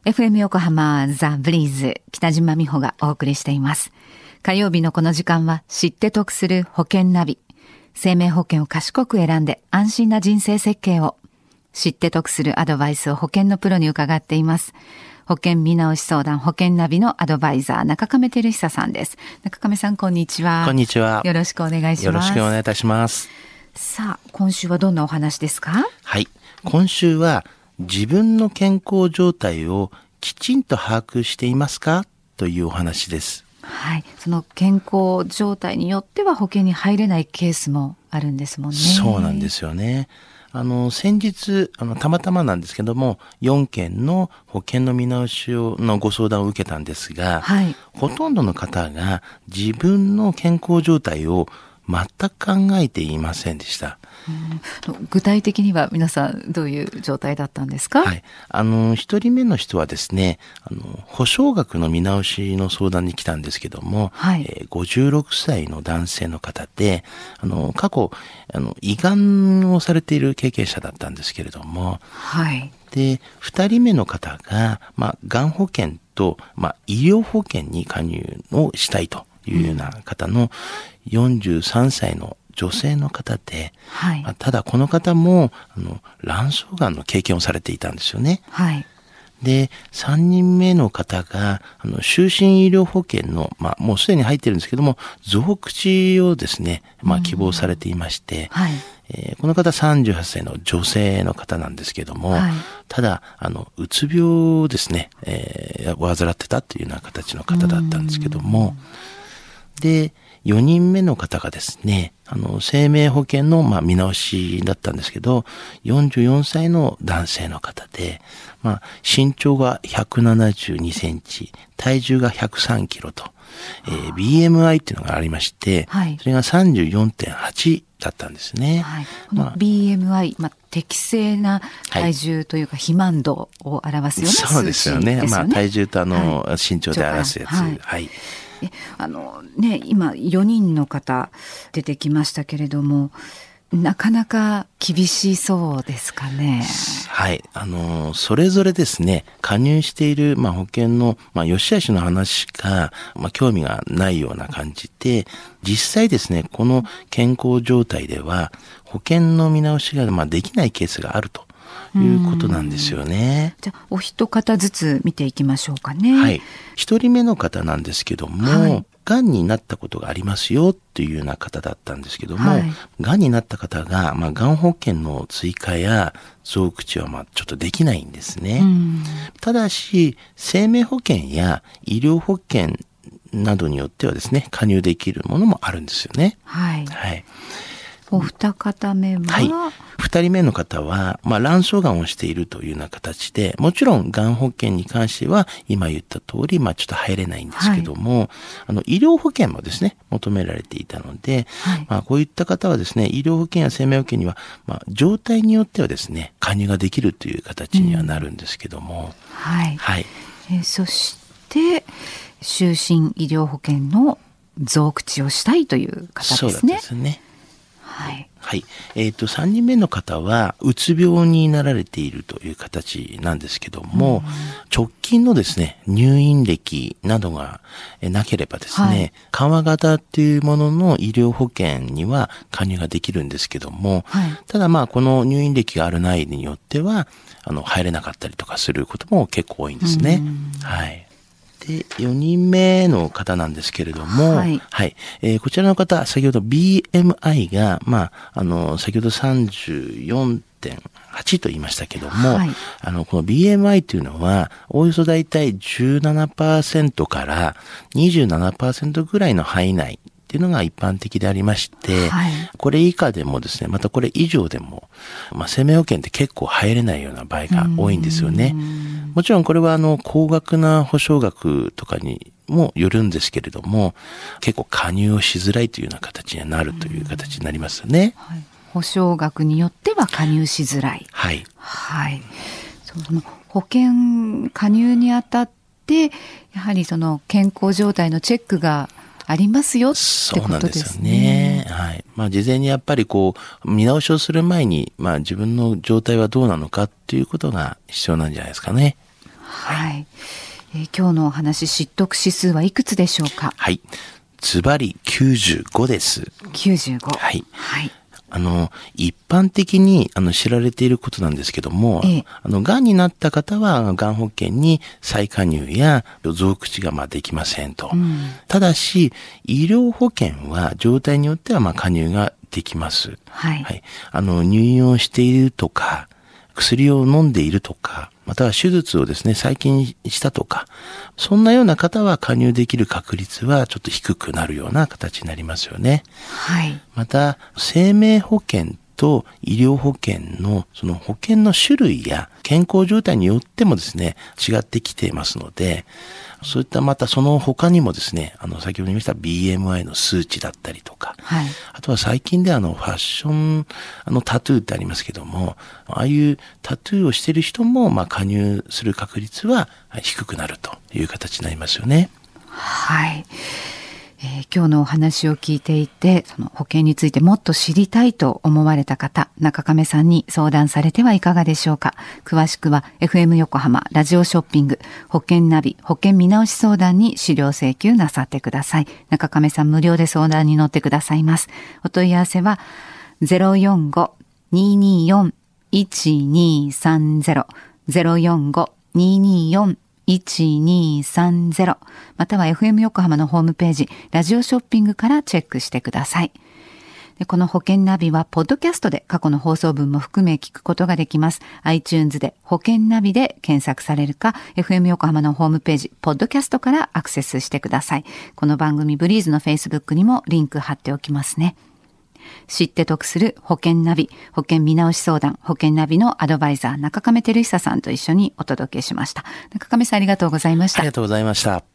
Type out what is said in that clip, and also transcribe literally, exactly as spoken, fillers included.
エフエム 横浜ザ・ブリーズ、北島美穂がお送りしています。火曜日のこの時間は知って得する保険ナビ。生命保険を賢く選んで安心な人生設計を。知って得するアドバイスを保険のプロに伺っています。保険見直し相談保険ナビのアドバイザー中亀照久さんです。中亀さん、こんにちは。 こんにちは。 よろしくお願いします。 よろしくお願いいたします。 さあ、今週はどんなお話ですか？ はい。今週は自分の健康状態をきちんと把握していますかというお話です。 はい。その健康状態によっては保険に入れないケースもあるんですもんね。 そうなんですよね。あの、先日、あの、たまたまなんですけども、よんけんの保険の見直しをのご相談を受けたんですが、 はい、 ほとんどの方が自分の健康状態を全く考えていませんでした。 うん、具体的には皆さんどういう状態だったんですか？ はい。あの、一人目の人はですね、あの、保証額の見直しの相談に来たんですけども、 はい、 えー、ごじゅうろくさいの男性の方で、あの、過去、あの、胃がんをされている経験者だったんですけれども、 はい。 で、二人目の方が、まあ、がん保険と、まあ、医療保険に加入をしたいというような方のよんじゅうさんさいの女性の方で、 はい、 まあ、ただこの方もあの卵巣がんの経験をされていたんですよね。 はい。 で、さんにんめの方があの就寝医療保険の、まあ、もうすでに入ってるんですけども、増口をですね、まあ、希望されていまして、 はい。 えー、この方さんじゅうはっさいの女性の方なんですけども、はい、ただあのうつ病をですね、えー、患ってたというような形の方だったんですけども、で、よにんめの方がですね、あの、生命保険の、まあ、見直しだったんですけど、よんじゅうよんさいの男性の方で、まあ、身長がひゃくななじゅうにセンチ、体重がひゃくさんキロと、えー、ビーエムアイ っていうのがありまして、はい、それが さんじゅうよんてんはち だったんですね。 はい、この ビーエムアイ、まあ、適正な体重というか肥満度を表すような数字ですよね。 そうですよね。まあ、体重とあの、はい、身長で表すやつ。はい。はい、 えあのね、今よにんの方出てきましたけれども、なかなか厳しそうですかね。 はい。あの、それぞれですね、加入している、まあ、保険の、まあ、良し悪しの話しか、まあ、興味がないような感じで、実際ですね、この健康状態では、保険の見直しが、まあ、できないケースがあるということなんですよね。 じゃあ、お一方ずつ見ていきましょうかね。 はい。一人目の方なんですけども、はい、がんになったことがありますよっていうような方だったんですけども、はい、がんになった方が、まあ、がん保険の追加や増口は、まあ、ちょっとできないんですね。ただし、生命保険や医療保険などによってはですね、加入できるものもあるんですよね。 はい。 はい。 お二方目は、 はい。二人目の方は、まあ、卵巣がんをしているというような形で、もちろん、がん保険に関しては、今言った通り、まあ、ちょっと入れないんですけども、はい、あの、医療保険もですね、求められていたので、はい、まあ、こういった方はですね、医療保険や生命保険には、まあ、状態によってはですね、加入ができるという形にはなるんですけども、 うん、はい。 はい。 えー、そして、就寝医療保険の増口をしたいという方ですね。 そうですね。 はい。 はい。えっと、さんにんめの方は、うつ病になられているという形なんですけども、直近のですね、入院歴などがなければですね、はい、緩和型っていうものの医療保険には加入ができるんですけども、はい、ただまあ、この入院歴があるないによっては、あの、入れなかったりとかすることも結構多いんですね。はい。で、よにんめの方なんですけれども、はい。はい。えー、こちらの方、先ほど ビーエムアイ が、まあ、あの、先ほど さんじゅうよんてんはち と言いましたけども、はい、あの、この ビーエムアイ というのは、おおよそだいたい じゅうななパーセント からにじゅうななパーセント ぐらいの範囲内っていうのが一般的でありまして、はい、これ以下でもですね、またこれ以上でも、まあ、生命保険って結構入れないような場合が多いんですよね。もちろんこれはあの、高額な保証額とかにもよるんですけれども、結構加入をしづらいというような形になるという形になりますよね。 はい、保証額によっては加入しづらい。 はい。 はい。その保険加入にあたって、やはりその健康状態のチェックがありますよってことですね。そうなんですよね。 はい。まあ事前にやっぱりこう見直しをする前に、まあ自分の状態はどうなのかっていうことが必要なんじゃないですかね。 はい。えー、今日のお話、知得指数はいくつでしょうか？ はい。ズバリきゅうじゅうごです。 きゅうじゅうご。 はい。 はい。 あの、一般的に、あの、知られていることなんですけども、ええ、あの、癌になった方は、癌保険に再加入や増口が、まあ、できませんと。うん、ただし、医療保険は、状態によっては、まあ、加入ができます。はい。はい。あの、入院をしているとか、薬を飲んでいるとか、または手術をですね、最近したとか、そんなような方は加入できる確率はちょっと低くなるような形になりますよね。はい。また、生命保険と医療保険のその保険の種類や健康状態によってもですね、違ってきていますので、そういったまたその他にもですね、あの先ほど言いました ビーエムアイ の数値だったりとか、はい、あとは最近であのファッションあのタトゥーってありますけども、ああいうタトゥーをしている人もまあ加入する確率は低くなるという形になりますよね。 はい。えー、今日のお話を聞いていて、その保険についてもっと知りたいと思われた方、中亀さんに相談されてはいかがでしょうか。詳しくは エフエム 横浜ラジオショッピング保険ナビ保険見直し相談に資料請求なさってください。中亀さん無料で相談に乗ってくださいます。お問い合わせは ゼロよんご にーにーよん いちにーさんゼロ ゼロよんご にーにーよんいちにーさんゼロ または エフエム 横浜のホームページラジオショッピングからチェックしてください。でこの保険ナビはポッドキャストで過去の放送分も含め聞くことができます。 iTunes で保険ナビで検索されるか エフエム 横浜のホームページポッドキャストからアクセスしてください。この番組ブリーズの Facebook にもリンク貼っておきますね。知って得する保険ナビ保険見直し相談保険ナビのアドバイザー中亀照久さんと一緒にお届けしました。中亀さんありがとうございました。 ありがとうございました。